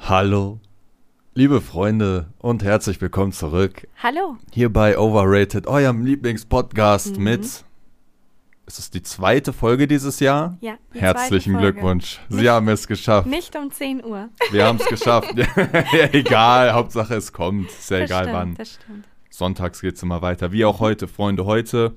Hallo, liebe Freunde und herzlich willkommen zurück. Hallo. Hier bei Overrated, eurem Lieblingspodcast mit, ist es die zweite Folge dieses Jahr? Ja, die Herzlichen zweite Folge. Glückwunsch, Sie haben es geschafft. Nicht um 10 Uhr. Wir haben es geschafft. Ja, egal, Hauptsache es kommt, ist ja Das egal stimmt, wann. Das stimmt. Sonntags geht es immer weiter, wie auch heute, Freunde. Heute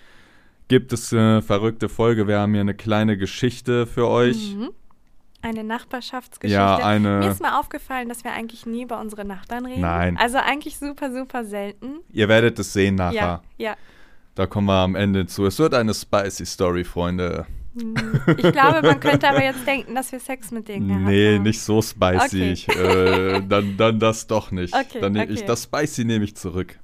gibt es eine verrückte Folge. Wir haben hier eine kleine Geschichte für euch. Eine Nachbarschaftsgeschichte. Ja, Mir ist mal aufgefallen, dass wir eigentlich nie über unsere Nachbarn reden. Nein. Also eigentlich super, super selten. Ihr werdet es sehen nachher. Ja. Da kommen wir am Ende zu. Es wird eine spicy Story, Freunde. Ich glaube, man könnte aber jetzt denken, dass wir Sex mit denen gehabt Nee, haben. nicht so spicy. Okay. Dann das doch nicht. Okay, Dann nehme okay. ich das Spicy nehme ich zurück.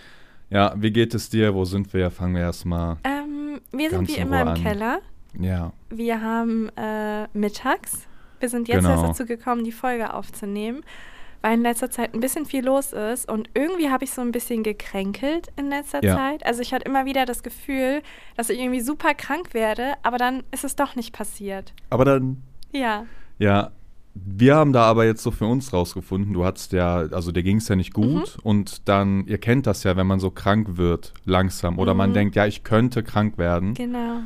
Ja, wie geht es dir? Wo sind wir? Fangen wir erstmal. Wir sind Ganz wie in immer Ruhe im an. Keller. Ja. Wir haben mittags. Wir sind jetzt Genau. erst dazu gekommen, die Folge aufzunehmen, weil in letzter Zeit ein bisschen viel los ist und irgendwie habe ich so ein bisschen gekränkelt in letzter Ja. Zeit. Also ich hatte immer wieder das Gefühl, dass ich irgendwie super krank werde, aber dann ist es doch nicht passiert. Aber dann, Ja. ja, wir haben da aber jetzt so für uns rausgefunden, du hattest ja, also dir ging es ja nicht gut und dann, ihr kennt das ja, wenn man so krank wird, langsam, oder man denkt, ja, ich könnte krank werden. Genau.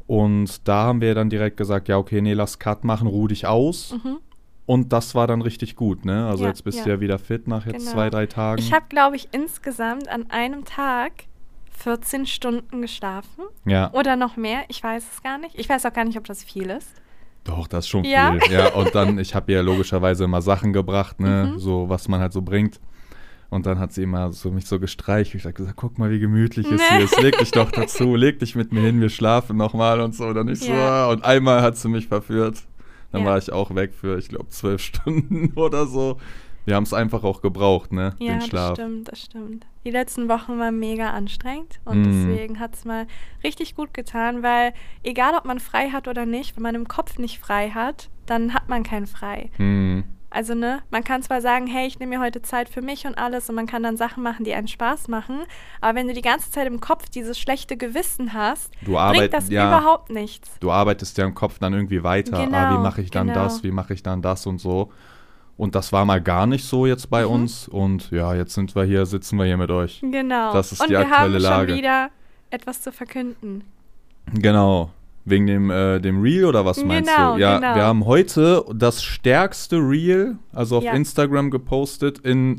Und da haben wir dann direkt gesagt, ja, okay, nee, lass Cut machen, ruh dich aus. Und das war dann richtig gut, ne? Also Ja, jetzt bist ja. du ja wieder fit nach jetzt Genau. 2-3 Tagen. Ich habe, glaube ich, insgesamt an einem Tag 14 Stunden geschlafen Ja, oder noch mehr. Ich weiß es gar nicht. Ich weiß auch gar nicht, ob das viel ist. doch, das ist schon Ja? viel. Ja, und dann, ich habe ihr logischerweise immer Sachen gebracht, ne? So, was man halt so bringt. Und dann hat sie immer so mich so gestreichelt. Ich habe gesagt, guck mal, wie gemütlich es hier ist. Leg dich doch dazu, leg dich mit mir hin, wir schlafen nochmal und so. Und dann ich so, Ja. und einmal hat sie mich verführt. Dann Ja. war ich auch weg für, ich glaube, 12 Stunden oder so. Wir haben es einfach auch gebraucht, ne? Ja, Den Schlaf. das stimmt. Die letzten Wochen waren mega anstrengend und deswegen hat es mal richtig gut getan, weil egal, ob man frei hat oder nicht, wenn man im Kopf nicht frei hat, dann hat man keinen frei. Mhm. Also, ne, man kann zwar sagen, hey, ich nehme mir heute Zeit für mich und alles und man kann dann Sachen machen, die einen Spaß machen, aber wenn du die ganze Zeit im Kopf dieses schlechte Gewissen hast, bringt das überhaupt nichts. Du arbeitest ja im Kopf dann irgendwie weiter. Genau, Wie mache ich dann genau. das? Wie mache ich dann das und so? Und das war mal gar nicht so jetzt bei uns. Und ja, jetzt sitzen wir hier mit euch. Genau. Das ist und die wir haben aktuelle Lage. schon wieder etwas zu verkünden. Genau. Wegen dem Reel oder was meinst Genau, du? Ja, genau. wir haben heute das stärkste Reel, also auf Ja. Instagram gepostet,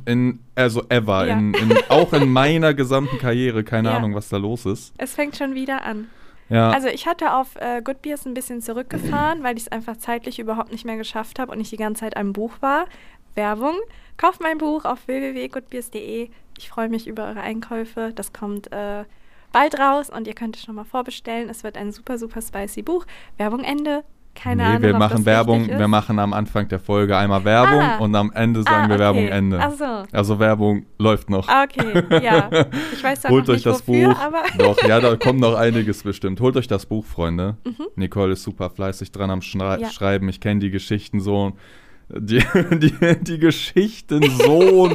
also ever, Ja. auch in meiner gesamten Karriere. Keine Ja. Ahnung, was da los ist. Es fängt schon wieder an. Ja. Also ich hatte auf Good Beers ein bisschen zurückgefahren, weil ich es einfach zeitlich überhaupt nicht mehr geschafft habe und ich die ganze Zeit am Buch war. Werbung. Kauft mein Buch auf www.goodbeers.de. Ich freue mich über eure Einkäufe. Das kommt bald raus und ihr könnt es schon mal vorbestellen. Es wird ein super, super spicy Buch. Werbung Ende. Keine Ahnung, wir ob machen das Werbung, richtig ist. wir machen am Anfang der Folge einmal Werbung und am Ende sagen wir okay. Werbung Ende. Ach so. Also Werbung läuft noch. Okay, ja. Ich weiß zwar Holt noch euch nicht das wofür, Buch. aber Doch, ja, da kommt noch einiges bestimmt. Holt euch das Buch, Freunde. Nicole ist super fleißig dran am Ja. Schreiben. Ich kenne die Geschichten so. Die Geschichten so.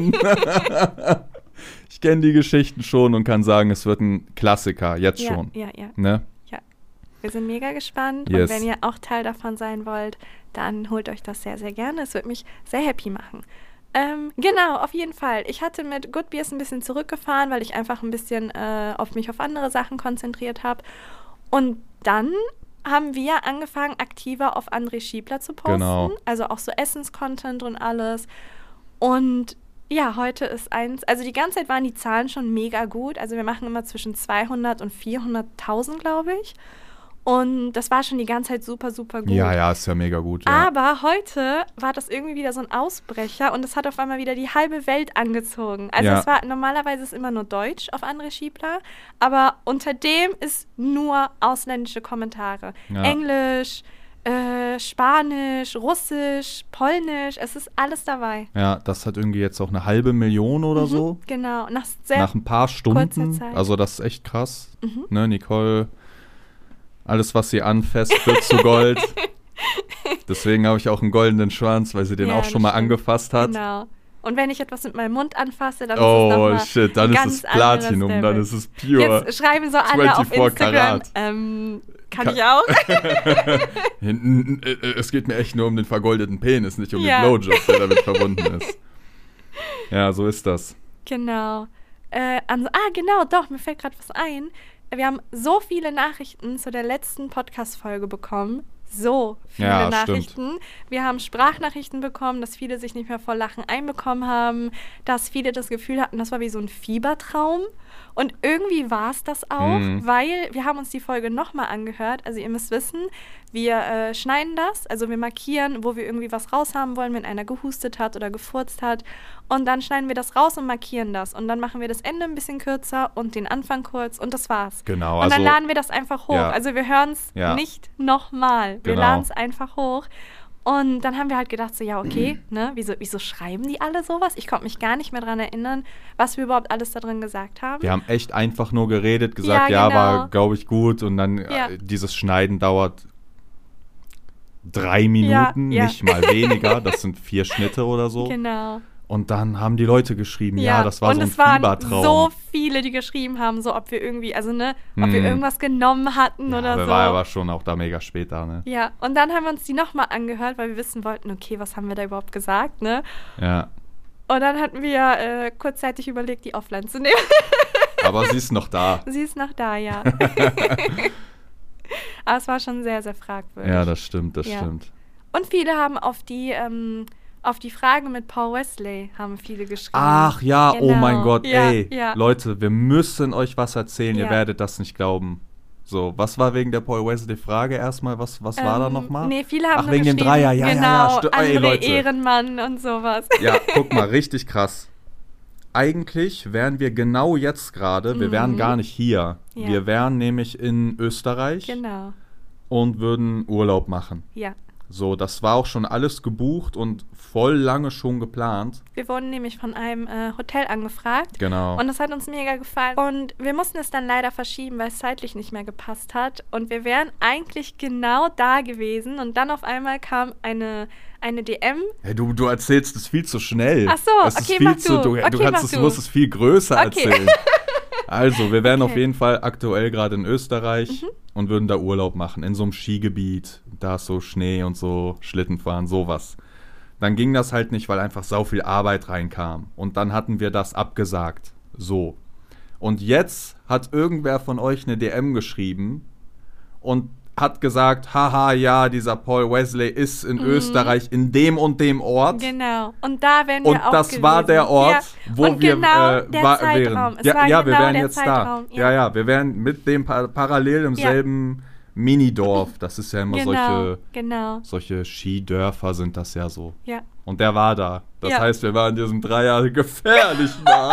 Ich kenne die Geschichten schon und kann sagen, es wird ein Klassiker, jetzt ja, schon. ja. Ne? Wir sind mega gespannt Yes. und wenn ihr auch Teil davon sein wollt, dann holt euch das sehr, sehr gerne. Es wird mich sehr happy machen. Genau, auf jeden Fall. Ich hatte mit Good Beers ein bisschen zurückgefahren, weil ich einfach ein bisschen mich auf andere Sachen konzentriert habe. Und dann haben wir angefangen, aktiver auf André Schiebler zu posten. Genau. Also auch so Essens-Content und alles. Und ja, heute ist also die ganze Zeit waren die Zahlen schon mega gut. Also wir machen immer zwischen 200 und 400.000, glaube ich. Und das war schon die ganze Zeit super, super gut. Ja, ist ja mega gut. Ja. Aber heute war das irgendwie wieder so ein Ausbrecher und es hat auf einmal wieder die halbe Welt angezogen. Also Ja. normalerweise ist immer nur Deutsch auf André Schiebler, aber unter dem ist nur ausländische Kommentare. Ja. Englisch, Spanisch, Russisch, Polnisch, es ist alles dabei. Ja, das hat irgendwie jetzt auch 500.000 oder so. Genau, Nach ein paar Stunden. kurzer Zeit. Also das ist echt krass. Ne, Nicole, alles, was sie anfasst, wird zu Gold. Deswegen habe ich auch einen goldenen Schwanz, weil sie den Ja, auch schon mal das stimmt. angefasst hat. Genau. Und wenn ich etwas mit meinem Mund anfasse, dann ist es nochmal shit, dann ist es Platinum, dann ist es pure. Jetzt schreiben so alle auf Instagram, kann ich auch. Es geht mir echt nur um den vergoldeten Penis, nicht um den Blowjob, der damit verbunden ist. Ja, so ist das. Genau. Genau, doch, mir fällt gerade was ein. Wir haben so viele Nachrichten zu der letzten Podcast-Folge bekommen. So viele Nachrichten. Stimmt. Wir haben Sprachnachrichten bekommen, dass viele sich nicht mehr vor Lachen einbekommen haben, dass viele das Gefühl hatten, das war wie so ein Fiebertraum. Und irgendwie war es das auch, weil wir haben uns die Folge nochmal angehört. Also ihr müsst wissen, wir schneiden das, also wir markieren, wo wir irgendwie was raushaben wollen, wenn einer gehustet hat oder gefurzt hat. Und dann schneiden wir das raus und markieren das. Und dann machen wir das Ende ein bisschen kürzer und den Anfang kurz und das war's. Genau. Und dann laden wir das einfach hoch. Ja. Also wir hören es nicht nochmal. Wir laden es einfach hoch. Und dann haben wir halt gedacht, so ja, okay, ne, wieso schreiben die alle sowas? Ich konnte mich gar nicht mehr dran erinnern, was wir überhaupt alles da drin gesagt haben. Wir haben echt einfach nur geredet, gesagt, war, glaube ich, gut. Und dann dieses Schneiden dauert 3 Minuten, nicht mal weniger. Das sind 4 Schnitte oder so. Genau. Und dann haben die Leute geschrieben, das war so ein Fiebertraum. Und es waren so viele, die geschrieben haben, so ob wir irgendwie, ob wir irgendwas genommen hatten oder so. War aber schon auch da mega später, ne? Ja, und dann haben wir uns die nochmal angehört, weil wir wissen wollten, okay, was haben wir da überhaupt gesagt, ne? Ja. Und dann hatten wir kurzzeitig überlegt, die offline zu nehmen. Aber sie ist noch da. Sie ist noch da, ja. Aber es war schon sehr, sehr fragwürdig. Ja, das stimmt, das stimmt. Und viele haben auf die Frage mit Paul Wesley haben viele geschrieben. Ach ja, genau. Oh mein Gott, Leute, wir müssen euch was erzählen, ihr werdet das nicht glauben. So, was war wegen der Paul Wesley-Frage erstmal? Was war da nochmal? Nee, viele haben wegen dem Dreier, André Leute. Ehrenmann und sowas. Ja, guck mal, richtig krass. Eigentlich wären wir genau jetzt gerade, wir wären gar nicht hier. Ja. Wir wären nämlich in Österreich. Genau. Und würden Urlaub machen. Ja. So, das war auch schon alles gebucht und voll lange schon geplant. Wir wurden nämlich von einem Hotel angefragt. Genau. Und das hat uns mega gefallen. Und wir mussten es dann leider verschieben, weil es zeitlich nicht mehr gepasst hat. Und wir wären eigentlich genau da gewesen. Und dann auf einmal kam eine DM. Hey, du erzählst es viel zu schnell. Ach so, okay, mach du. Du musst es viel größer erzählen. Also, wir wären auf jeden Fall aktuell gerade in Österreich und würden da Urlaub machen, in so einem Skigebiet. Da ist so Schnee und so Schlittenfahren, sowas. Dann ging das halt nicht, weil einfach sau viel Arbeit reinkam. Und dann hatten wir das abgesagt. So. Und jetzt hat irgendwer von euch eine DM geschrieben und hat gesagt, haha, ja, dieser Paul Wesley ist in Österreich in dem und dem Ort. Genau. Und da wären wir auch Und das war der Ort, wo und wir genau der Zeitraum. wären. Wir wären jetzt da. Ja, wir wären mit dem parallel im selben Minidorf. Das ist ja immer solche Skidörfer sind das ja so. Ja. Und der war da. Das heißt, wir waren in diesem Dreier gefährlich nah.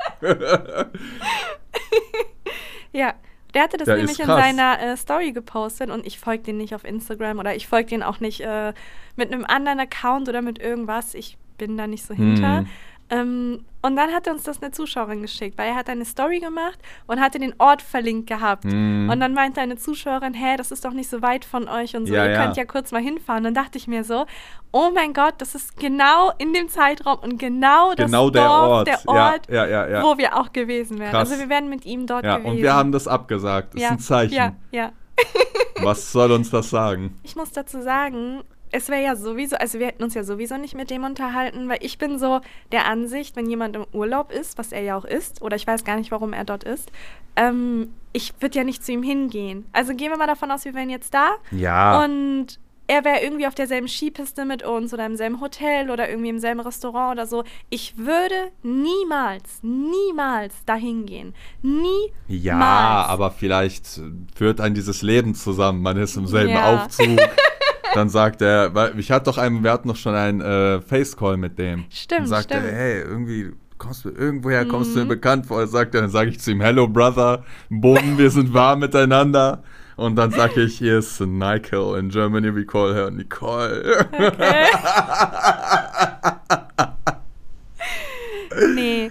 Ja. Der hatte das nämlich in seiner Story gepostet und ich folge den nicht auf Instagram oder ich folge den auch nicht mit einem anderen Account oder mit irgendwas. Ich bin da nicht so hinter. Und dann hat uns das eine Zuschauerin geschickt, weil er hat eine Story gemacht und hatte den Ort verlinkt gehabt. Und dann meinte eine Zuschauerin, das ist doch nicht so weit von euch und so, ihr könnt ja kurz mal hinfahren. Dann dachte ich mir so, oh mein Gott, das ist genau in dem Zeitraum und genau das Dorf, der Ort, wo wir auch gewesen wären. Krass. Also wir wären mit ihm dort gewesen. Und wir haben das abgesagt. Das ist ein Zeichen. Ja. Was soll uns das sagen? Ich muss dazu sagen, es wäre ja sowieso, also wir hätten uns ja sowieso nicht mit dem unterhalten, weil ich bin so der Ansicht, wenn jemand im Urlaub ist, was er ja auch ist, oder ich weiß gar nicht, warum er dort ist, ich würde ja nicht zu ihm hingehen. Also gehen wir mal davon aus, wir wären jetzt da und er wäre irgendwie auf derselben Skipiste mit uns oder im selben Hotel oder irgendwie im selben Restaurant oder so. Ich würde niemals dahin gehen. Niemals. Ja, aber vielleicht führt ein dieses Leben zusammen. Man ist im selben Aufzug. Dann sagt er, weil wir hatten noch schon einen Facecall mit dem. Stimmt, dann sagt er, hey, irgendwie kommst du mir bekannt vor. Dann sage ich zu ihm, hello brother, boom, wir sind warm miteinander. Und dann sage ich, hier ist Nicole. In Germany we call her Nicole. Okay. Nee, also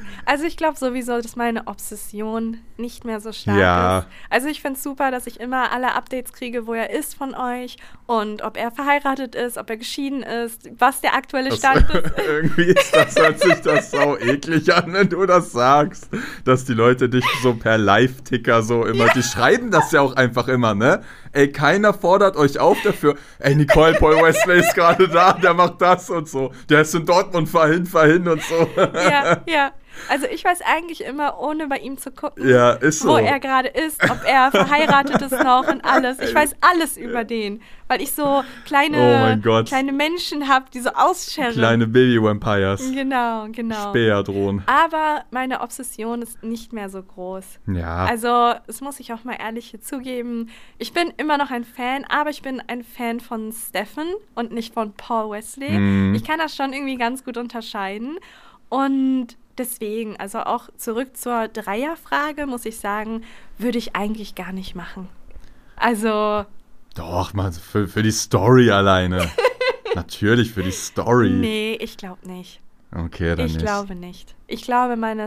ich glaube sowieso, dass meine Obsession nicht mehr so stark ist. Also ich finde es super, dass ich immer alle Updates kriege, wo er ist von euch und ob er verheiratet ist, ob er geschieden ist, was der aktuelle Stand ist. Irgendwie hört sich das so eklig an, wenn du das sagst, dass die Leute dich so per Live-Ticker so immer, die schreiben das ja auch einfach immer, ne? Ey, keiner fordert euch auf dafür. Ey, Nicole, Paul Wesley ist gerade da, der macht das und so. Der ist in Dortmund, vorhin und so. Ja. Also ich weiß eigentlich immer, ohne bei ihm zu gucken, ist so. Wo er gerade ist, ob er verheiratet ist noch und alles. Ich weiß alles über den, weil ich so kleine Menschen habe, die so ausscheren. Kleine Baby-Vampires. Genau. Späher drohen. Aber meine Obsession ist nicht mehr so groß. Ja. Also das muss ich auch mal ehrlich hier zugeben. Ich bin immer noch ein Fan, aber ich bin ein Fan von Stefan und nicht von Paul Wesley. Ich kann das schon irgendwie ganz gut unterscheiden. Und deswegen, also auch zurück zur Dreierfrage, muss ich sagen, würde ich eigentlich gar nicht machen. Also. Doch, mal für die Story alleine. Natürlich für die Story. Nee, ich glaube nicht. Okay, dann nicht. Ich glaube nicht. Ich glaube, meine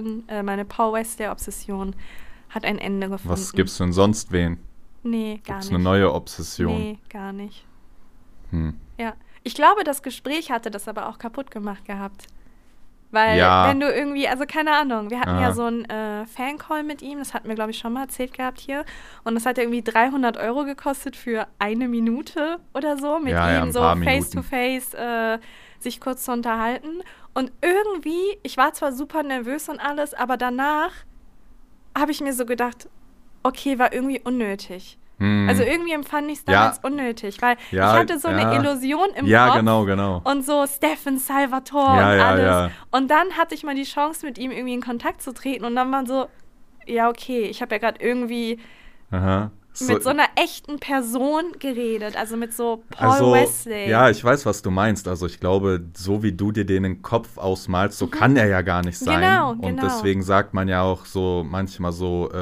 Paul Wesley-Obsession hat ein Ende gefunden. Was gibt's denn sonst wen? Nee, gar nicht. Gibt's eine neue Obsession? Nee, gar nicht. Ja. Ich glaube, das Gespräch hatte das aber auch kaputt gemacht gehabt. Weil wenn du irgendwie, also keine Ahnung, wir hatten ja so einen Fancall mit ihm, das hatten wir, glaube ich, schon mal erzählt gehabt hier. Und das hat irgendwie 300 € gekostet für 1 Minute oder so, mit ihm so face-to-face sich kurz zu unterhalten. Und irgendwie, ich war zwar super nervös und alles, aber danach habe ich mir so gedacht, okay, war irgendwie unnötig. Also irgendwie empfand ich es damals unnötig, weil ich hatte so eine Illusion im Kopf. Ja, genau. Und so Stefan, Salvatore und alles. Ja. Und dann hatte ich mal die Chance, mit ihm irgendwie in Kontakt zu treten. Und dann war so, ja, okay, ich habe ja gerade irgendwie mit so einer echten Person geredet. Also mit so Paul Wesley. Ja, ich weiß, was du meinst. Also ich glaube, so wie du dir den im Kopf ausmalst, so kann er ja gar nicht sein. Genau. Und deswegen sagt man ja auch so manchmal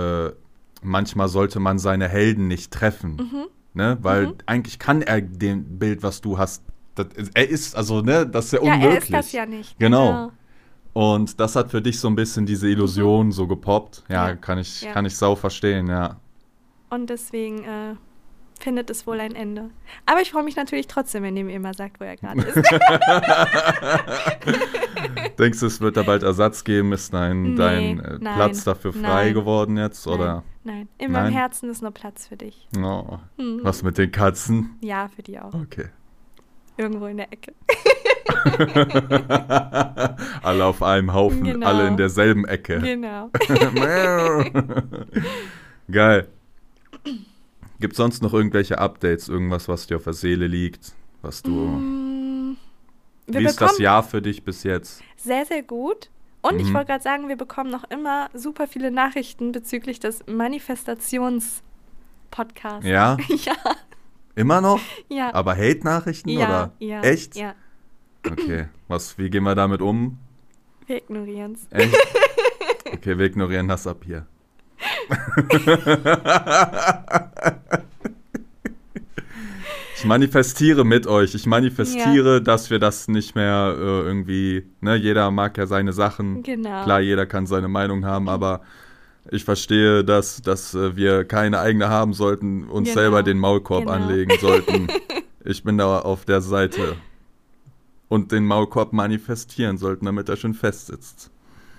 manchmal sollte man seine Helden nicht treffen, ne? Weil eigentlich kann er dem Bild, was du hast, er ist, also, ne, das ist ja unmöglich. Ja, er ist das ja nicht. Genau. Und das hat für dich so ein bisschen diese Illusion so gepoppt. Ja, kann ich sau verstehen, ja. Und deswegen findet es wohl ein Ende. Aber ich freue mich natürlich trotzdem, wenn ihr mir immer sagt, wo er gerade ist. Denkst du, es wird da bald Ersatz geben? Ist dein Platz dafür frei geworden jetzt? Oder? Nein. In meinem Herzen ist nur Platz für dich. Oh. Was mit den Katzen? Ja, für die auch. Okay. Irgendwo in der Ecke. Alle auf einem Haufen, alle in derselben Ecke. Genau. Geil. Gibt es sonst noch irgendwelche Updates? Irgendwas, was dir auf der Seele liegt? Was du... Wie ist das Jahr für dich bis jetzt? Sehr, sehr gut. Und ich wollte gerade sagen, wir bekommen noch immer super viele Nachrichten bezüglich des Manifestations-Podcasts. Ja? Ja. Immer noch? Ja. Aber Hate-Nachrichten oder? Ja. Echt? Ja. Okay. Wie gehen wir damit um? Wir ignorieren es. Echt? Okay, wir ignorieren das ab hier. Ich manifestiere mit euch. Ich manifestiere, dass wir das nicht mehr irgendwie, ne, jeder mag ja seine Sachen. Genau. Klar, jeder kann seine Meinung haben, aber ich verstehe, dass wir keine eigene haben sollten, uns selber den Maulkorb anlegen sollten. Ich bin da auf der Seite. Und den Maulkorb manifestieren sollten, damit er schön fest sitzt.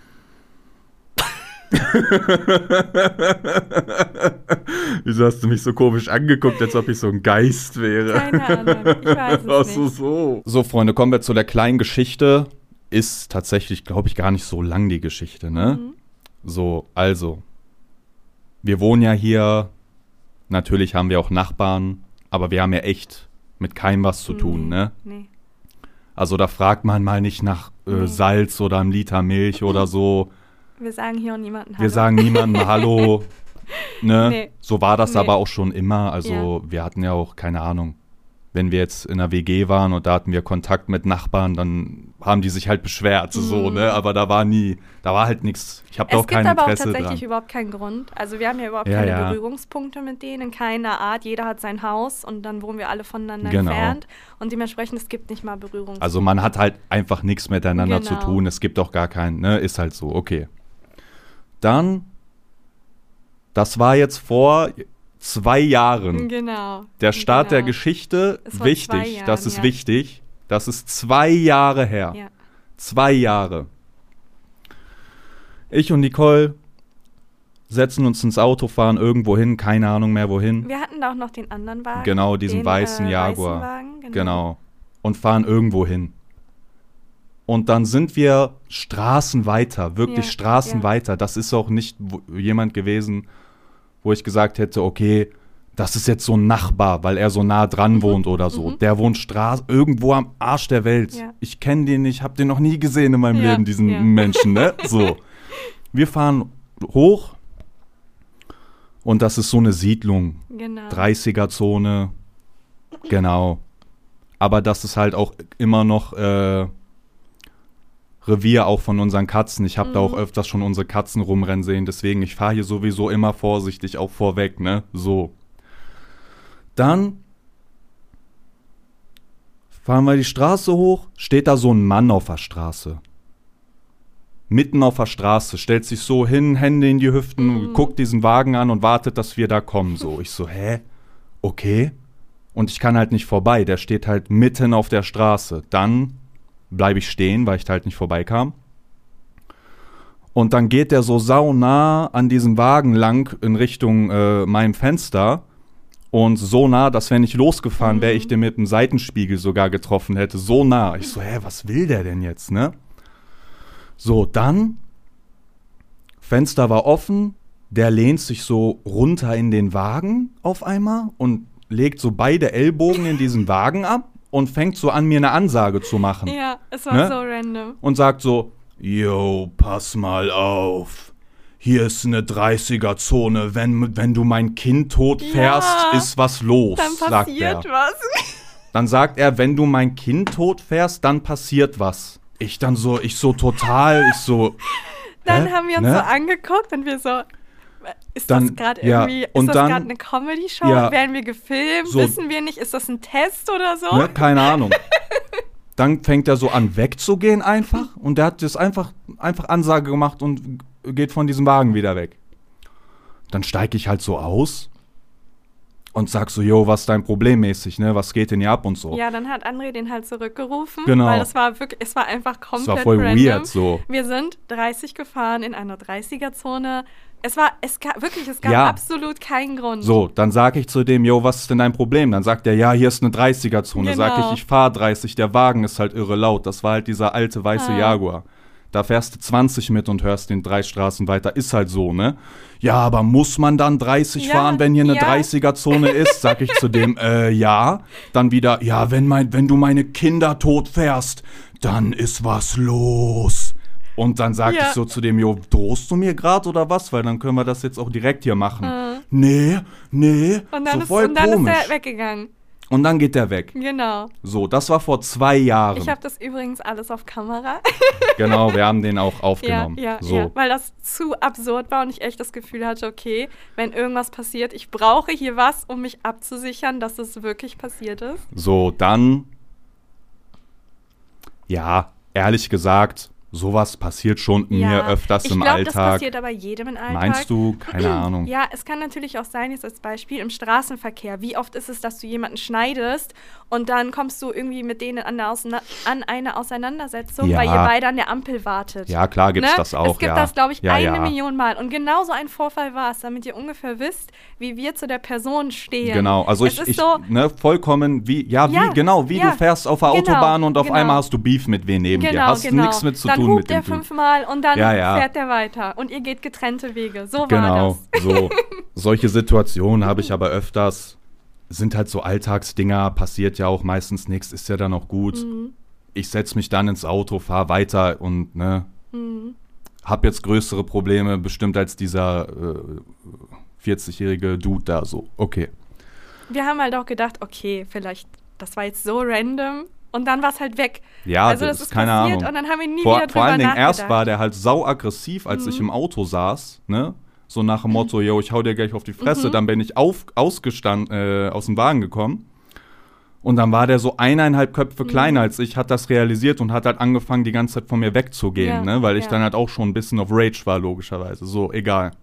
Wieso hast du mich so komisch angeguckt, als ob ich so ein Geist wäre? Keine Ahnung, ich weiß es nicht. So, Freunde, kommen wir zu der kleinen Geschichte. Ist tatsächlich, glaube ich, gar nicht so lang die Geschichte, ne? So, also, wir wohnen ja hier, natürlich haben wir auch Nachbarn, aber wir haben ja echt mit keinem was zu tun, ne? Nee. Also da fragt man mal nicht nach Salz oder einem Liter Milch oder so. Wir sagen hier auch niemandem Hallo. Wir sagen niemandem Hallo. Ne? Nee. So war das aber auch schon immer. Also wir hatten ja auch, keine Ahnung, wenn wir jetzt in einer WG waren und da hatten wir Kontakt mit Nachbarn, dann haben die sich halt beschwert, so, ne? Aber da war halt nichts. Ich habe da auch kein Interesse dran. Es gibt aber auch tatsächlich überhaupt keinen Grund. Also wir haben ja überhaupt keine Berührungspunkte mit denen, in keiner Art. Jeder hat sein Haus und dann wohnen wir alle voneinander entfernt. Und dementsprechend, es gibt nicht mal Berührungspunkte. Also man hat halt einfach nichts miteinander zu tun. Es gibt auch gar keinen, ne? Ist halt so, okay. Dann, das war jetzt vor 2 Jahren. Genau. Der Start der Geschichte, wichtig, das ist wichtig. Das ist 2 Jahre her. Ja. 2 Jahre. Ich und Nicole setzen uns ins Auto, fahren irgendwo hin, keine Ahnung mehr wohin. Wir hatten da auch noch den anderen Wagen. Genau, diesen weißen Jaguar. Weißen Wagen, genau. Und fahren irgendwo hin. Und dann sind wir Straßen weiter, wirklich Straßen weiter. Das ist auch nicht jemand gewesen, wo ich gesagt hätte, okay, das ist jetzt so ein Nachbar, weil er so nah dran wohnt oder so. Der wohnt irgendwo am Arsch der Welt. Ja. Ich kenne den nicht, habe den noch nie gesehen in meinem Leben, diesen Menschen, ne? So. Wir fahren hoch und das ist so eine Siedlung. Genau. 30er-Zone. Genau. Aber das ist halt auch immer noch Revier auch von unseren Katzen. Ich habe da auch öfters schon unsere Katzen rumrennen sehen. Deswegen, ich fahre hier sowieso immer vorsichtig, auch vorweg, ne? So. Dann fahren wir die Straße hoch, steht da so ein Mann auf der Straße. Mitten auf der Straße, stellt sich so hin, Hände in die Hüften, guckt diesen Wagen an und wartet, dass wir da kommen. So, ich so, okay. Und ich kann halt nicht vorbei, der steht halt mitten auf der Straße. Dann bleibe ich stehen, weil ich halt nicht vorbeikam. Und dann geht der so saunah an diesem Wagen lang in Richtung meinem Fenster. Und so nah, dass wenn ich losgefahren wäre, ich den mit dem Seitenspiegel sogar getroffen hätte. So nah. Ich so, was will der denn jetzt, ne? So, dann, Fenster war offen, der lehnt sich so runter in den Wagen auf einmal und legt so beide Ellbogen in diesen Wagen ab und fängt so an, mir eine Ansage zu machen. Ja, es war so random. Und sagt so, yo, pass mal auf. Hier ist eine 30er-Zone. Wenn du mein Kind tot fährst, ist was los, sagt er. Dann passiert was. Dann sagt er, wenn du mein Kind tot fährst, dann passiert was. Dann haben wir uns so angeguckt und wir so, ist das gerade irgendwie, ist das gerade eine Comedy-Show? Ja, werden wir gefilmt? So, wissen wir nicht, ist das ein Test oder so? Ne, keine Ahnung. Dann fängt er so an wegzugehen einfach und der hat das einfach Ansage gemacht und geht von diesem Wagen wieder weg. Dann steige ich halt so aus und sag so, jo, was ist dein Problem mäßig, ne? Was geht denn hier ab und so? Ja, dann hat André den halt zurückgerufen, genau. Weil es war einfach komplett random. Es war voll random. Weird so. Wir sind 30 gefahren in einer 30er-Zone. Es gab absolut keinen Grund. So, dann sag ich zu dem, jo, was ist denn dein Problem? Dann sagt er, ja, hier ist eine 30er-Zone. Genau. Sag ich fahre 30, der Wagen ist halt irre laut. Das war halt dieser alte weiße Jaguar. Da fährst du 20 mit und hörst den 3 Straßen weiter. Ist halt so, ne? Ja, aber muss man dann 30 fahren, wenn hier eine 30er-Zone ist? Sag ich zu dem, ja. Dann wieder, ja, wenn du meine Kinder tot fährst, dann ist was los. Und dann sag ich so zu dem, jo, drohst du mir gerade oder was? Weil dann können wir das jetzt auch direkt hier machen. Nee. Und dann, so ist er weggegangen. Und dann geht der weg. Genau. So, das war vor 2 Jahren. Ich habe das übrigens alles auf Kamera. Genau, wir haben den auch aufgenommen. Ja, weil das zu absurd war und ich echt das Gefühl hatte, okay, wenn irgendwas passiert, ich brauche hier was, um mich abzusichern, dass es wirklich passiert ist. So, dann, ja, ehrlich gesagt, sowas passiert schon mir öfters im Alltag. Ich glaube, das passiert aber jedem im Alltag. Meinst du? Keine Ahnung. Ja, es kann natürlich auch sein, jetzt als Beispiel, im Straßenverkehr. Wie oft ist es, dass du jemanden schneidest und dann kommst du irgendwie mit denen an eine Auseinandersetzung, weil ihr beide an der Ampel wartet. Ja, klar gibt's das auch. Es gibt das, glaube ich, 1 Million Mal. Und genau so ein Vorfall war es, damit ihr ungefähr wisst, wie wir zu der Person stehen. Genau, also ich vollkommen, du fährst auf der Autobahn und auf einmal hast du Beef mit wem neben dir. Hast nichts mit zu tun. Dann hupt er 5-mal und dann fährt er weiter. Und ihr geht getrennte Wege. So war das. Genau, solche Situationen habe ich aber öfters. Sind halt so Alltagsdinger, passiert ja auch meistens nichts, ist ja dann auch gut. Ich setze mich dann ins Auto, fahre weiter und hab jetzt größere Probleme bestimmt als dieser 40-jährige Dude da. So, okay. Wir haben halt auch gedacht, okay, vielleicht das war jetzt so random. Und dann war es halt weg. Ja, also das ist keine passiert Ahnung. und dann haben wir nie vor wieder drüber Vor allen Dingen nachgedacht. erst war der halt sauaggressiv, als ich im Auto saß, ne? So nach dem Motto, yo, ich hau dir gleich auf die Fresse. Dann bin ich aus dem Wagen gekommen. Und dann war der so 1,5 Köpfe kleiner als ich, hat das realisiert und hat halt angefangen, die ganze Zeit von mir wegzugehen, ne? Weil ich dann halt auch schon ein bisschen auf Rage war, logischerweise. So, egal.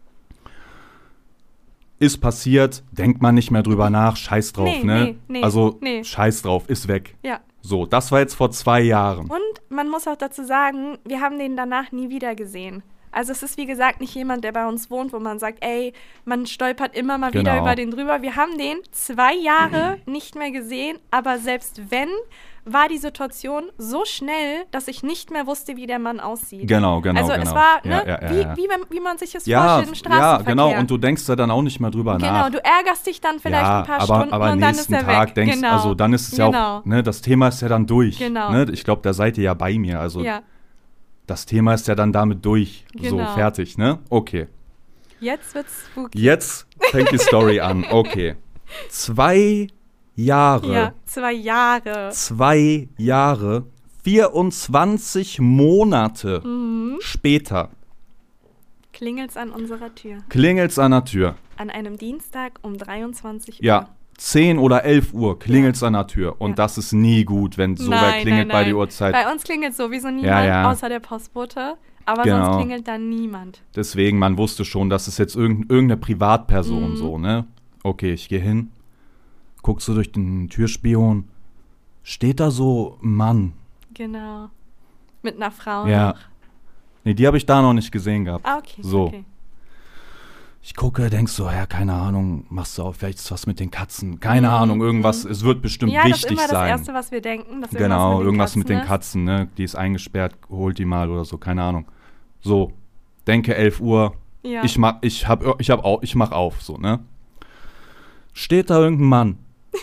Ist passiert, denkt man nicht mehr drüber nach, scheiß drauf, ne? Also, scheiß drauf, ist weg. Ja. So, das war jetzt vor 2 Jahren. Und man muss auch dazu sagen, wir haben den danach nie wieder gesehen. Also es ist, wie gesagt, nicht jemand, der bei uns wohnt, wo man sagt, ey, man stolpert immer mal wieder über den drüber. Wir haben den 2 Jahre nicht mehr gesehen, aber selbst wenn, war die Situation so schnell, dass ich nicht mehr wusste, wie der Mann aussieht. Genau. Also es war, ne, wie man sich das vorstellt im Straßenverkehr. Ja, genau, und du denkst da dann auch nicht mehr drüber nach. Genau, du ärgerst dich dann vielleicht ein paar Stunden aber und dann ist er Tag weg. Denkst, also dann ist es ja auch, ne, das Thema ist ja dann durch. Genau. Ne? Ich glaube, da seid ihr ja bei mir, also das Thema ist ja dann damit durch. So, fertig, ne? Okay. Jetzt wird's spooky. Jetzt fängt die Story an, okay. 2 Jahre. Ja, 2 Jahre. 2 Jahre, 24 Monate später. Klingelt's an unserer Tür. Klingelt's an der Tür. An einem Dienstag um 23 Uhr. Ja, 10 oder 11 Uhr klingelt's an der Tür. Und das ist nie gut, wenn so wer klingelt bei der Uhrzeit. Bei uns klingelt sowieso niemand, außer der Postbote. Aber sonst klingelt da niemand. Deswegen, man wusste schon, das ist jetzt irgendeine Privatperson so, ne? Okay, ich gehe hin. Guckst du durch den Türspion, steht da so ein Mann. Genau. Mit einer Frau ja. noch. Nee, die habe ich da noch nicht gesehen gehabt. Ah, okay. So. Okay. Ich gucke, denk so, ja, keine Ahnung, machst du auch vielleicht ist was mit den Katzen. Keine Ahnung, irgendwas, es wird bestimmt wichtig sein. Ja, das ist immer das Erste, was wir denken. Dass Irgendwas mit den Katzen, ne? Die ist eingesperrt, holt die mal oder so, keine Ahnung. So, denke 11 Uhr, ich mach auf, so, ne? Steht da irgendein Mann.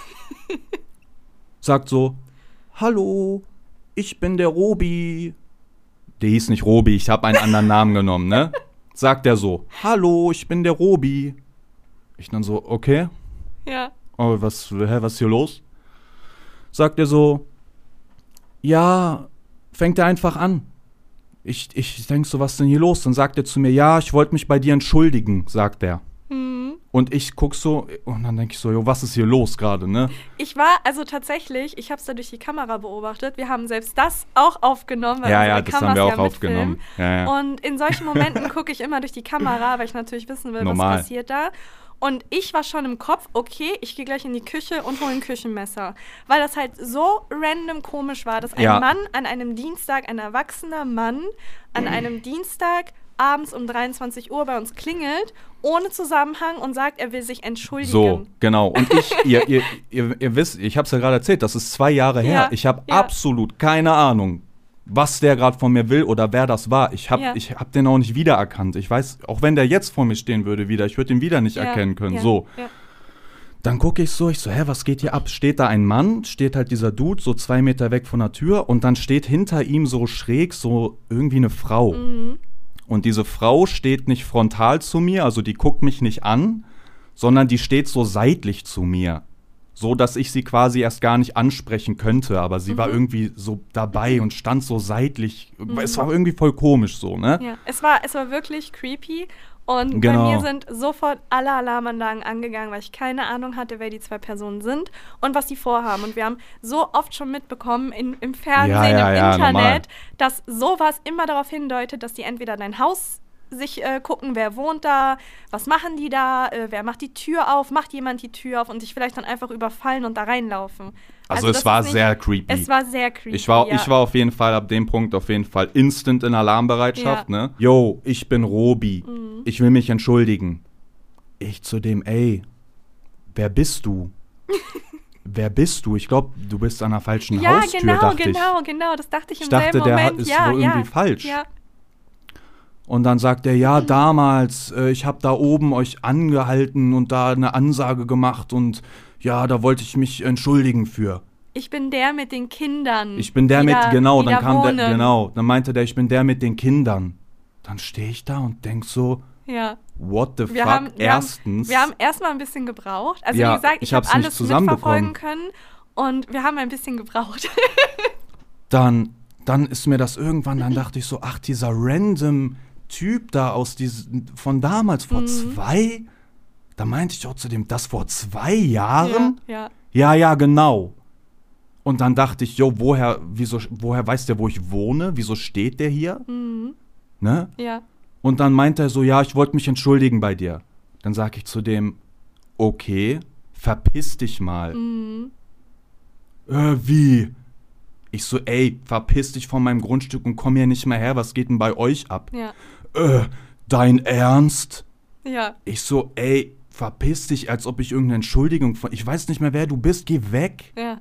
Sagt so, hallo, ich bin der Robi. Der hieß nicht Robi, ich habe einen anderen Namen genommen, ne? Sagt er so, hallo, ich bin der Robi. Ich dann so, okay. Ja. Oh, was ist hier los? Sagt er so, ja, fängt er einfach an. Ich denk so, was ist denn hier los? Dann sagt er zu mir, ja, ich wollte mich bei dir entschuldigen, sagt er. Und ich guck so, und dann denke ich so, jo, was ist hier los gerade, ne? Ich hab's da durch die Kamera beobachtet. Wir haben selbst das auch aufgenommen, weil unsere das haben wir auch aufgenommen. Ja. Und in solchen Momenten gucke ich immer durch die Kamera, weil ich natürlich wissen will, was passiert da. Und ich war schon im Kopf, okay, ich gehe gleich in die Küche und hole ein Küchenmesser. Weil das halt so random komisch war, dass ein Mann an einem Dienstag, ein erwachsener Mann an einem Dienstag abends um 23 Uhr bei uns klingelt, ohne Zusammenhang und sagt, er will sich entschuldigen. So, genau. Und ihr wisst, ich hab's ja gerade erzählt, das ist 2 Jahre her. Ich habe absolut keine Ahnung, was der gerade von mir will oder wer das war. Ich hab den auch nicht wiedererkannt. Ich weiß, auch wenn der jetzt vor mir stehen würde wieder, ich würde ihn wieder nicht erkennen können. So. Ja. Dann gucke ich so, was geht hier ab? Steht da ein Mann, steht halt dieser Dude so 2 Meter weg von der Tür und dann steht hinter ihm so schräg so irgendwie eine Frau. Und diese Frau steht nicht frontal zu mir, also die guckt mich nicht an, sondern die steht so seitlich zu mir. So, dass ich sie quasi erst gar nicht ansprechen könnte, aber sie war irgendwie so dabei und stand so seitlich. Es war irgendwie voll komisch so, ne? Ja, es war wirklich creepy. Und bei mir sind sofort alle Alarmanlagen angegangen, weil ich keine Ahnung hatte, wer die 2 Personen sind und was die vorhaben. Und wir haben so oft schon mitbekommen im Fernsehen, im Internet, normal, dass sowas immer darauf hindeutet, dass die entweder dein Haus sich gucken, wer wohnt da, was machen die da, wer macht die Tür auf, macht jemand die Tür auf und dich vielleicht dann einfach überfallen und da reinlaufen. Also es war sehr creepy. Es war sehr creepy, Ich war auf jeden Fall ab dem Punkt instant in Alarmbereitschaft, ne? Yo, ich bin Robi. Ich will mich entschuldigen. Ich zu dem, ey, wer bist du? Wer bist du? Ich glaube, du bist an der falschen Haustür, dachte ich. Genau, das dachte ich im selben Moment. Ich dachte, der ist irgendwie falsch. Ja. Und dann sagt er, ja, damals, ich habe da oben euch angehalten und da eine Ansage gemacht und ja, da wollte ich mich entschuldigen für. Ich bin der mit den Kindern. Ich bin der mit, genau, dann kam der, genau, dann meinte der, ich bin der mit den Kindern. Dann stehe ich da und denk so, what the fuck, erstens. Wir haben erstmal ein bisschen gebraucht. Also wie gesagt, ich habe alles mitverfolgen können. Und wir haben ein bisschen gebraucht. Dann ist mir das irgendwann, dann dachte ich so, ach, dieser random Typ da von damals, vor 2, da meinte ich auch zu dem, das vor 2 Jahren? Ja, genau. Und dann dachte ich, woher weiß der, wo ich wohne? Wieso steht der hier? Ne? Ja. Und dann meinte er so, ja, ich wollte mich entschuldigen bei dir. Dann sag ich zu dem, okay, verpiss dich mal. Wie? Ich so, ey, verpiss dich von meinem Grundstück und komm hier nicht mehr her, was geht denn bei euch ab? Ja. Dein Ernst? Ja. Ich so, ey, verpiss dich, als ob ich irgendeine Entschuldigung ich weiß nicht mehr, wer du bist, geh weg. Ja.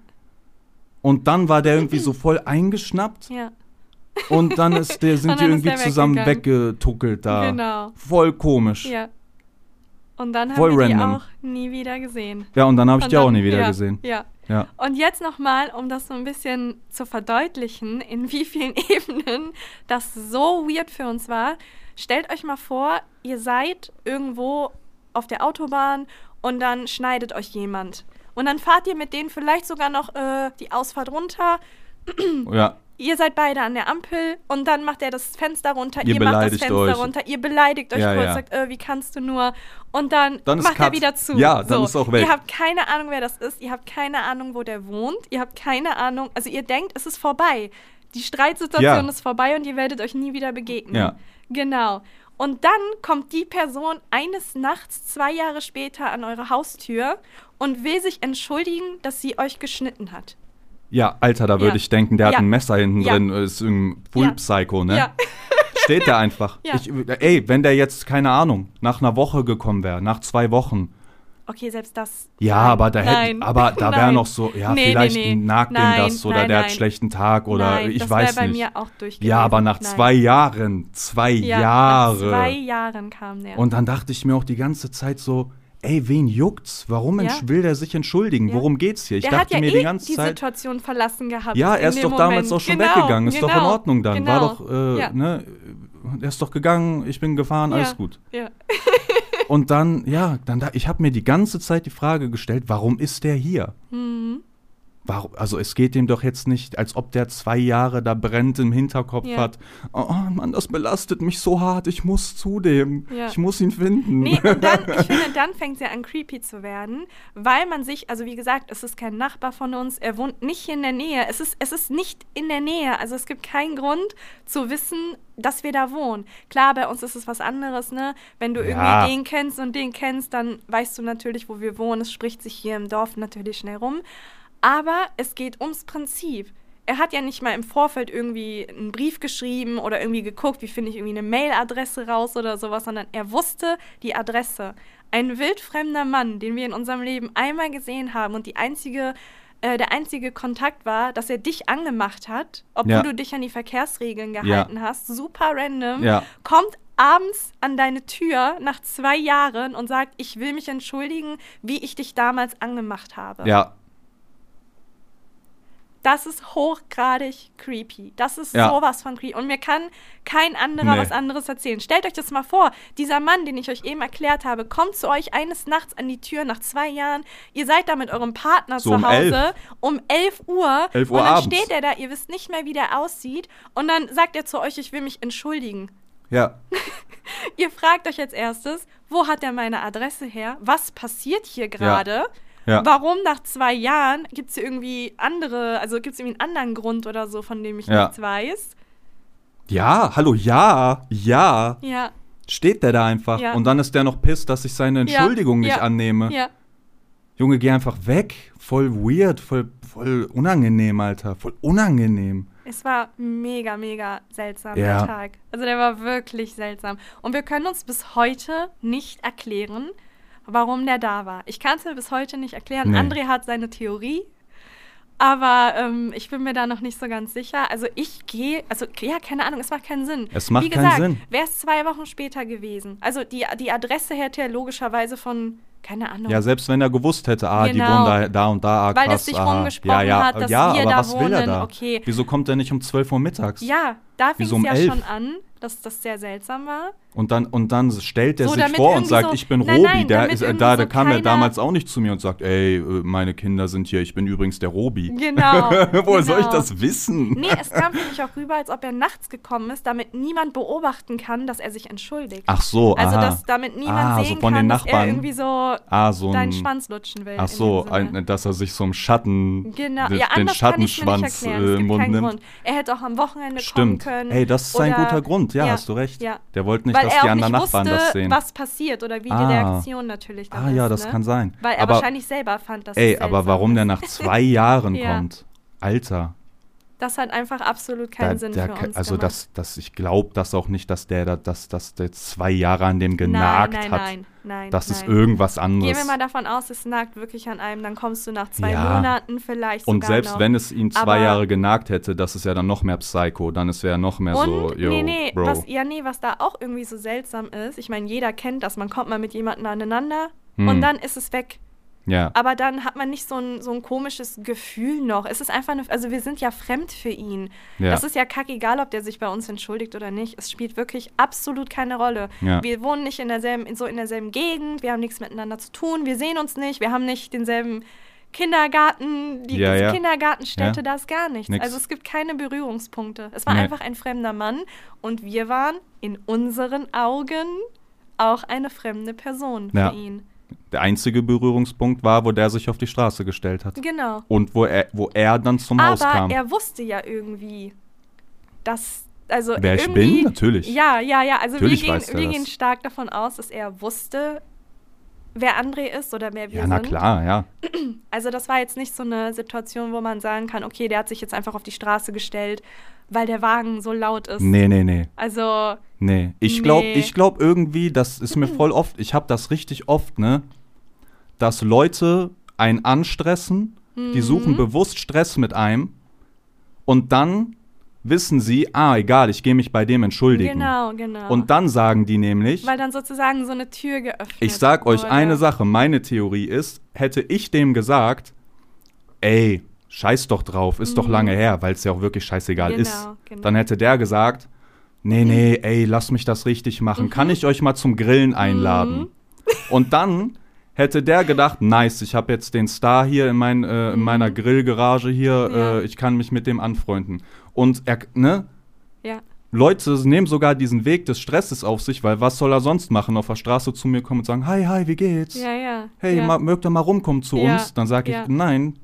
Und dann war der irgendwie so voll eingeschnappt. Ja. Und dann sind die irgendwie zusammen weggetuckelt da. Genau. Voll komisch. Ja. Und dann voll haben wir random. die auch nie wieder gesehen. Ja, und dann habe ich die auch nie wieder gesehen. Ja. Ja. Und jetzt nochmal, um das so ein bisschen zu verdeutlichen, in wie vielen Ebenen das so weird für uns war. Stellt euch mal vor, ihr seid irgendwo auf der Autobahn und dann schneidet euch jemand. Und dann fahrt ihr mit denen vielleicht sogar noch die Ausfahrt runter. Ja. Ihr seid beide an der Ampel und dann macht er das Fenster runter, ihr macht das Fenster euch. runter, ihr beleidigt euch kurz, sagt, wie kannst du nur? Und dann macht er wieder zu. Ja, dann ist auch weg. Ihr habt keine Ahnung, wer das ist, ihr habt keine Ahnung, wo der wohnt, ihr habt keine Ahnung, also ihr denkt, es ist vorbei. Die Streitsituation ist vorbei und ihr werdet euch nie wieder begegnen. Ja. Genau. Und dann kommt die Person eines Nachts 2 Jahre später an eure Haustür und will sich entschuldigen, dass sie euch geschnitten hat. Ja, Alter, da würde ich denken, der hat ein Messer hinten drin, ist ein Full-Psycho, ne? Ja. Steht der einfach. Ja. Wenn der jetzt, keine Ahnung, nach einer Woche gekommen wäre, nach 2 Wochen. Okay, selbst das. Ja, aber da wäre noch so, vielleicht nagt dem das oder der hat einen schlechten Tag oder ich weiß nicht. Das wäre bei mir auch durchgegangen. Ja, aber nach 2 Jahren, 2 Jahre. Nach 2 Jahren kam der. Und dann dachte ich mir auch die ganze Zeit so, ey, wen juckt's? Warum will der sich entschuldigen? Ja. Worum geht's hier? Ich dachte mir die ganze Zeit, die Situation verlassen gehabt. Ja, er ist doch damals auch schon weggegangen. Ist doch in Ordnung dann. War doch, ne? Er ist doch gegangen, ich bin gefahren, alles gut. Ja. Und dann, ich habe mir die ganze Zeit die Frage gestellt, warum ist der hier? Warum, also es geht ihm doch jetzt nicht, als ob der 2 Jahre da brennt im Hinterkopf hat. Oh Mann, das belastet mich so hart, ich muss zu dem. Ja. Ich muss ihn finden. Nee, und dann, ich finde, dann fängt es ja an, creepy zu werden, weil man sich, also wie gesagt, es ist kein Nachbar von uns, er wohnt nicht in der Nähe, es ist nicht in der Nähe, also es gibt keinen Grund zu wissen, dass wir da wohnen. Klar, bei uns ist es was anderes, ne? Wenn du irgendwie den kennst und den kennst, dann weißt du natürlich, wo wir wohnen, es spricht sich hier im Dorf natürlich schnell rum. Aber es geht ums Prinzip. Er hat ja nicht mal im Vorfeld irgendwie einen Brief geschrieben oder irgendwie geguckt, wie finde ich irgendwie eine Mailadresse raus oder sowas, sondern er wusste die Adresse. Ein wildfremder Mann, den wir in unserem Leben einmal gesehen haben und der einzige Kontakt war, dass er dich angemacht hat, obwohl du dich an die Verkehrsregeln gehalten hast, super random, kommt abends an deine Tür nach 2 Jahren und sagt, ich will mich entschuldigen, wie ich dich damals angemacht habe. Ja. Das ist hochgradig creepy. Das ist sowas von creepy. Und mir kann kein anderer was anderes erzählen. Stellt euch das mal vor. Dieser Mann, den ich euch eben erklärt habe, kommt zu euch eines Nachts an die Tür nach 2 Jahren. Ihr seid da mit eurem Partner so zu Hause um 11 Uhr. 11 Uhr und dann abends. steht er da, ihr wisst nicht mehr, wie der aussieht. Und dann sagt er zu euch, ich will mich entschuldigen. Ja. Ihr fragt euch als erstes, wo hat er meine Adresse her? Was passiert hier gerade? Ja. Warum nach 2 Jahren gibt es irgendwie gibt es irgendwie einen anderen Grund oder so, von dem ich nichts weiß? Ja, hallo, ja. Steht der da einfach und dann ist der noch pisst, dass ich seine Entschuldigung nicht annehme. Ja. Junge, geh einfach weg. Voll weird, voll unangenehm, Alter. Voll unangenehm. Es war mega, mega seltsam, der Tag. Also der war wirklich seltsam. Und wir können uns bis heute nicht erklären, warum der da war. Ich kann es mir bis heute nicht erklären. Nee. André hat seine Theorie, aber ich bin mir da noch nicht so ganz sicher. Also keine Ahnung, es macht keinen Sinn. Es macht keinen Sinn. Wäre es 2 Wochen später gewesen. Also die Adresse hätte er logischerweise von, keine Ahnung. Ja, selbst wenn er gewusst hätte, die wohnen da und da, weil krass. es sich rumgesprochen hat, dass wir aber da was wohnen. Will er da? Okay. Wieso kommt er nicht um 12 Uhr mittags? Ja, da fing es ja 11? schon an, dass das sehr seltsam war. Und dann stellt er So, sich damit vor und irgendwie sagt, so- ich bin Nein, Robi. nein, Der damit ist, irgendwie da so kam er keiner- damals auch nicht zu mir und sagt, ey, meine Kinder sind hier, ich bin übrigens der Robi. Genau. Woher soll ich genau. das wissen? Nee, es kam für mich auch rüber, als ob er nachts gekommen ist, damit niemand beobachten kann, dass er sich entschuldigt. Ach so, Also, aha. dass damit niemand so sehen von kann, den dass er Nachbarn. irgendwie so So deinen ein, Schwanz lutschen will. ach so, in dem Sinne. dass er sich so im Schatten Genau, den ja, anders kann ich mir nicht Schattenschwanz erklären. Es im gibt Mund keinen nimmt. Grund. Er hätte auch am Wochenende Stimmt. kommen können. Ey, das ist ein oder- guter Grund. Ja, hast du recht. Ja. Der wollte nicht, Weil dass er die auch anderen nicht Nachbarn wusste, das sehen. was passiert oder wie die Ah. Reaktion natürlich dann ist. Ja, das ne? kann sein. Weil er aber, wahrscheinlich selber fand, dass ey, es aber seltsam warum der ist. nach 2 Jahren Ja. kommt? Alter. Das hat einfach absolut keinen Sinn für uns Also gemacht. ich glaube das auch nicht, dass der 2 Jahre an dem genagt hat. Nein. Das ist irgendwas anderes. Gehen wir mal davon aus, es nagt wirklich an einem, dann kommst du nach 2 Ja. Monaten vielleicht Und sogar selbst noch. wenn es ihn 2 Aber- Jahre genagt hätte, das ist ja dann noch mehr Psycho. Dann ist er ja noch mehr so, Und, yo, Bro. was da auch irgendwie so seltsam ist, ich meine, jeder kennt das, man kommt mal mit jemandem aneinander Hm. und dann ist es weg. Ja, Aber dann hat man nicht so ein komisches Gefühl noch. Es ist einfach also wir sind ja fremd für ihn. Ja. Das ist ja kackegal, ob der sich bei uns entschuldigt oder nicht. Es spielt wirklich absolut keine Rolle. Ja. Wir wohnen nicht in derselben Gegend, wir haben nichts miteinander zu tun, wir sehen uns nicht, wir haben nicht denselben Kindergarten, Ja. Kindergartenstätte, Ja. da ist gar nichts. Nix. Also es gibt keine Berührungspunkte. Es war Nee. einfach ein fremder Mann und wir waren in unseren Augen auch eine fremde Person Ja. für ihn. der einzige Berührungspunkt war, wo der sich auf die Straße gestellt hat. Genau. Und wo er dann zum Haus Aber kam. er wusste ja irgendwie, dass, also Wer ich irgendwie, bin? Natürlich. Ja. Also Natürlich weiß er wir das. gehen stark davon aus, dass er wusste, wer André ist oder wer wir Ja, sind. na klar, ja. Also das war jetzt nicht so eine Situation, wo man sagen kann, okay, der hat sich jetzt einfach auf die Straße gestellt, weil der Wagen so laut ist. Nee. Also, Nee, ich glaub irgendwie, das ist mir voll oft, ich habe das richtig oft, ne, dass Leute einen anstressen, die suchen bewusst Stress mit einem und dann wissen sie, egal, ich gehe mich bei dem entschuldigen. genau. Und dann sagen die nämlich, weil dann sozusagen so eine Tür geöffnet ich sag euch wurde. eine Sache, meine Theorie ist, hätte ich dem gesagt, ey, scheiß doch drauf, ist doch lange her, weil es ja auch wirklich scheißegal ist. Genau. Dann hätte der gesagt, nee, ey, lass mich das richtig machen. Kann ich euch mal zum Grillen einladen? Und dann hätte der gedacht, nice, ich habe jetzt den Star hier in meiner Grillgarage hier, Ja. Ich kann mich mit dem anfreunden. Und ne? Ja. Leute nehmen sogar diesen Weg des Stresses auf sich, weil was soll er sonst machen? Auf der Straße zu mir kommen und sagen, hi, wie geht's? Ja. Hey, ja. mögt ihr mal rumkommen zu Ja. uns? Dann sage ich, Ja. nein.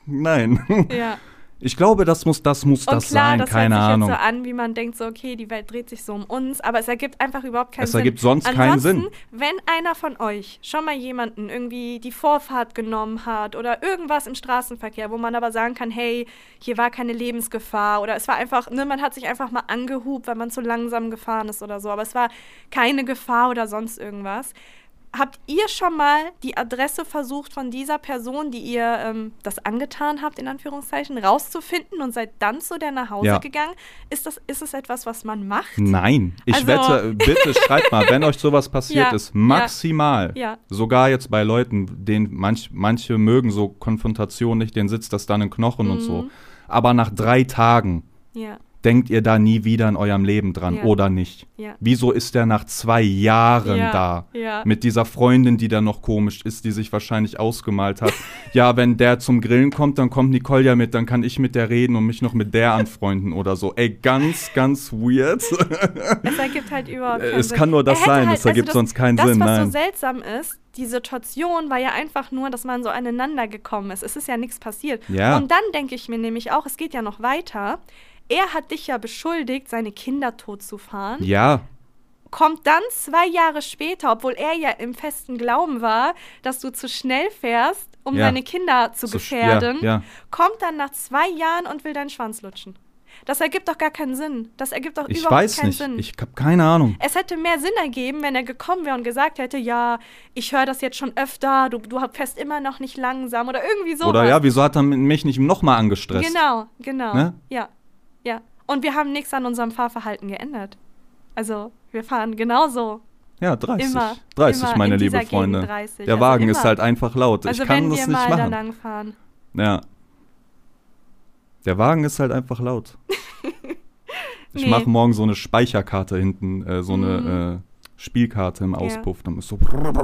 Ja. Ich glaube, das muss Und klar, sein, das keine hört sich Ahnung. jetzt so an, wie man denkt, so okay, die Welt dreht sich so um uns, aber es ergibt einfach überhaupt keinen Es Sinn. ergibt sonst keinen Sinn. Wenn einer von euch schon mal jemanden irgendwie die Vorfahrt genommen hat oder irgendwas im Straßenverkehr, wo man aber sagen kann, hey, hier war keine Lebensgefahr oder es war einfach, ne, man hat sich einfach mal angehupt, weil man zu langsam gefahren ist oder so, aber es war keine Gefahr oder sonst irgendwas. Habt ihr schon mal die Adresse versucht von dieser Person, die ihr das angetan habt, in Anführungszeichen, rauszufinden und seid dann zu der nach Hause Ja. gegangen? Ist es etwas, was man macht? Nein, ich Also- wette, bitte schreibt mal, wenn euch sowas passiert Ja, ist, maximal. Ja. Sogar jetzt bei Leuten, denen manche mögen so Konfrontation nicht, denen sitzt das dann in Knochen und so. Aber nach 3 Tagen Ja. denkt ihr da nie wieder in eurem Leben dran, Ja. oder nicht? Ja. Wieso ist der nach 2 Jahren Ja, da? ja. Mit dieser Freundin, die da noch komisch ist, die sich wahrscheinlich ausgemalt hat. Ja, wenn der zum Grillen kommt, dann kommt Nicole ja mit, dann kann ich mit der reden und mich noch mit der anfreunden oder so. Ey, ganz, ganz weird. Es ergibt halt überhaupt keinen Es Sinn. kann nur das Er hätte sein, halt, es ergibt also sonst keinen das, Sinn, was nein. so seltsam ist, die Situation war ja einfach nur, dass man so aneinander gekommen ist. Es ist ja nichts passiert. Ja. Und dann denke ich mir nämlich auch, es geht ja noch weiter. Er hat dich ja beschuldigt, seine Kinder totzufahren. Ja, Kommt dann 2 Jahre später, obwohl er ja im festen Glauben war, dass du zu schnell fährst, um Ja. seine Kinder zu gefährden, ja. kommt dann nach 2 Jahren und will deinen Schwanz lutschen. Das ergibt doch gar keinen Sinn. Das ergibt doch Ich überhaupt weiß keinen nicht. Sinn. Ich habe keine Ahnung. Es hätte mehr Sinn ergeben, wenn er gekommen wäre und gesagt hätte, ja, ich höre das jetzt schon öfter, du fährst immer noch nicht langsam oder irgendwie sowas. Oder ja, wieso hat er mich nicht nochmal angestresst? Genau. Ne? Ja. Und wir haben nichts an unserem Fahrverhalten geändert. Also, wir fahren genauso. Ja, 30. Immer. 30, Immer meine in liebe dieser Freunde. Gegend 30. Der Also Wagen immer. ist halt einfach laut. Also ich kann wenn das wir nicht mal da machen. lang fahren. Ja. Der Wagen ist halt einfach laut. Ich Nee. mache morgen so eine Speicherkarte hinten, so eine Spielkarte im Auspuff. Dann ist so.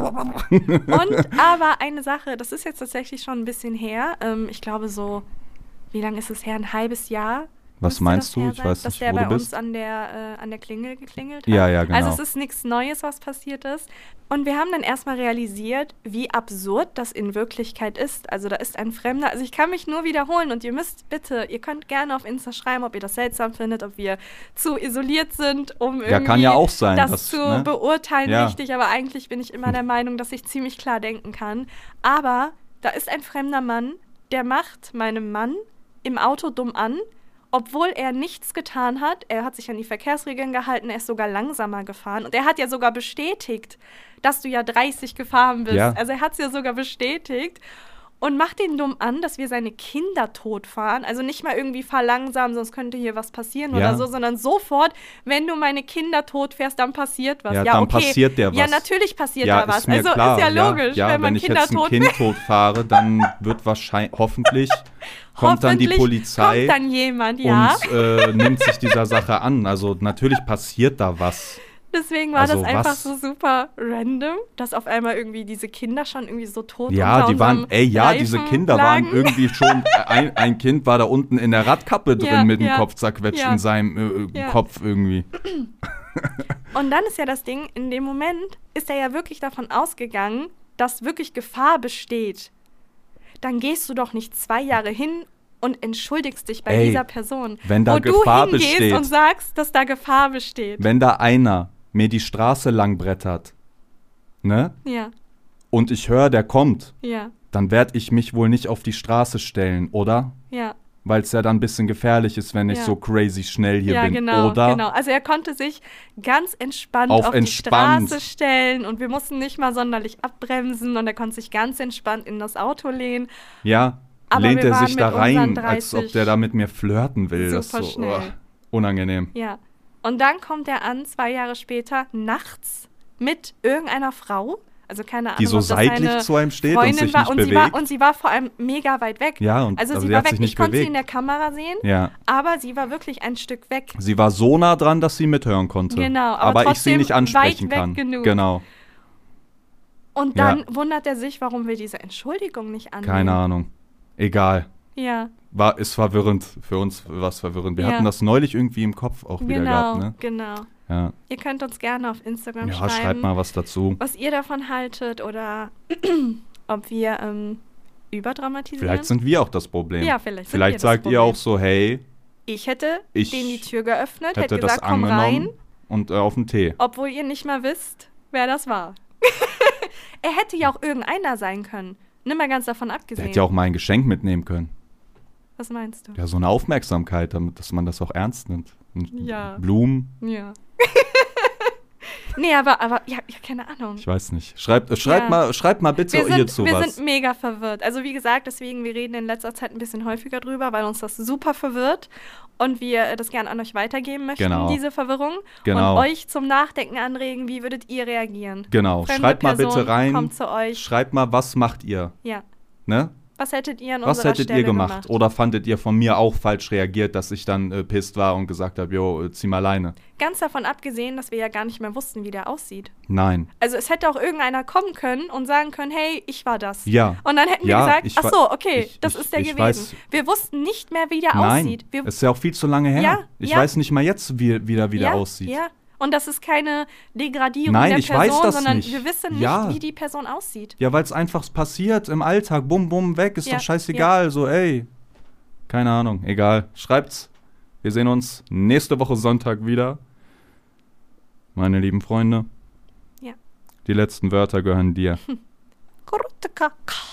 Und aber eine Sache, das ist jetzt tatsächlich schon ein bisschen her. Ich glaube so, wie lange ist es her? Ein halbes Jahr. Was meinst du? Ich weiß nicht, wo du bist. Dass der bei uns an der Klingel geklingelt hat. Ja, genau. Also es ist nichts Neues, was passiert ist. Und wir haben dann erstmal realisiert, wie absurd das in Wirklichkeit ist. Also da ist ein Fremder. Also ich kann mich nur wiederholen und ihr könnt gerne auf Insta schreiben, ob ihr das seltsam findet, ob wir zu isoliert sind, um irgendwie kann ja auch sein, das zu beurteilen richtig. Aber eigentlich bin ich immer der Meinung, dass ich ziemlich klar denken kann. Aber da ist ein fremder Mann, der macht meinem Mann im Auto dumm an, obwohl er nichts getan hat. Er hat sich an die Verkehrsregeln gehalten, er ist sogar langsamer gefahren. Und er hat ja sogar bestätigt, dass du ja 30 gefahren bist. Ja. Also er hat es ja sogar bestätigt. Und macht den dumm an, dass wir seine Kinder totfahren. Also nicht mal irgendwie fahr langsam, sonst könnte hier was passieren oder so, sondern sofort, wenn du meine Kinder totfährst, dann passiert was. Ja, dann passiert der was. Ja, natürlich passiert da was. Ist mir also klar. ist ja logisch, wenn ich Kinder jetzt ein Kind totfahre, dann wird wahrscheinlich, hoffentlich kommt dann die Polizei kommt dann jemand, und nimmt sich dieser Sache an. Also natürlich passiert da was. Deswegen war das einfach so super random, dass auf einmal irgendwie diese Kinder schon irgendwie so tot waren. Diese Kinder lagen. waren irgendwie schon, ein Kind war da unten in der Radkappe drin mit dem Kopf zerquetscht in seinem Kopf irgendwie. Und dann ist ja das Ding, in dem Moment ist er ja wirklich davon ausgegangen, dass wirklich Gefahr besteht. Dann gehst du doch nicht 2 Jahre hin und entschuldigst dich bei dieser Person. Wenn da Gefahr du hingehst besteht und sagst, dass da Gefahr besteht. Wenn da einer mir die Straße langbrettert, ne? Ja. Und ich höre, der kommt, ja. Dann werde ich mich wohl nicht auf die Straße stellen, oder? Ja. Weil es ja dann ein bisschen gefährlich ist, wenn ich so crazy schnell hier bin, oder? Ja, genau. Also er konnte sich ganz entspannt auf die Straße stellen und wir mussten nicht mal sonderlich abbremsen und er konnte sich ganz entspannt in das Auto lehnen. Ja, aber lehnt er sich da rein, als ob der da mit mir flirten will. Super das ist so schnell. Unangenehm. Ja. Und dann kommt er an, 2 Jahre später, nachts mit irgendeiner Frau, also keine Ahnung, die so ob das seitlich zu einem steht Freundin und sich war. nicht bewegt. Und sie war vor allem mega weit weg. Ja, und also sie sie war hat weg. sich nicht Ich konnte bewegt. sie in der Kamera sehen, aber sie war wirklich ein Stück weg. Sie war so nah dran, dass sie mithören konnte. Genau, aber ich sie nicht ansprechen kann. Genug. Genau. Und dann wundert er sich, warum wir diese Entschuldigung nicht annehmen. Keine Ahnung. Egal. Ja. Ist verwirrend. Für uns war es verwirrend. Wir hatten das neulich irgendwie im Kopf auch wieder gehabt, ne? Genau. Ja. Ihr könnt uns gerne auf Instagram schreiben. Ja, schreibt mal was dazu. Was ihr davon haltet oder ob wir überdramatisieren. Vielleicht sind wir auch das Problem. Ja, vielleicht sagt ihr auch so, hey, ich hätte denen die Tür geöffnet, hätte gesagt, das komm rein. Und auf den Tee. Obwohl ihr nicht mal wisst, wer das war. Er hätte ja auch irgendeiner sein können. Nimm mal ganz davon abgesehen. Der hätte ja auch mal ein Geschenk mitnehmen können. Was meinst du? Ja, so eine Aufmerksamkeit, damit, dass man das auch ernst nimmt. Ja. Blumen. Ja. Nee, aber ja, keine Ahnung. Ich weiß nicht. Schreibt mal bitte hierzu was. Wir sind mega verwirrt. Also wie gesagt, deswegen, wir reden in letzter Zeit ein bisschen häufiger drüber, weil uns das super verwirrt und wir das gerne an euch weitergeben möchten, diese Verwirrung. Genau. Und euch zum Nachdenken anregen, wie würdet ihr reagieren? Genau. Schreibt mal bitte rein. Kommt zu euch. Schreibt mal, was macht ihr? Ja. Ne? Was hättet ihr an unserer Stelle gemacht? Oder fandet ihr von mir auch falsch reagiert, dass ich dann pisst war und gesagt habe, jo, zieh mal alleine? Ganz davon abgesehen, dass wir ja gar nicht mehr wussten, wie der aussieht. Nein. Also es hätte auch irgendeiner kommen können und sagen können, hey, ich war das. Ja. Und dann hätten wir gesagt, ach so, okay, das ist der gewesen. Wir wussten nicht mehr, wie der aussieht. Nein, ist ja auch viel zu lange her. Ich weiß nicht mal jetzt, wie der wieder aussieht. Ja. Und das ist keine Degradierung der Person, sondern nicht. wir wissen nicht, wie die Person aussieht. Ja, weil es einfach passiert im Alltag. Bum, bum, weg. Ist doch scheißegal. So, ey. Keine Ahnung. Egal. Schreibt's. Wir sehen uns nächste Woche Sonntag wieder. Meine lieben Freunde. Ja. Die letzten Wörter gehören dir. Gute Kaka.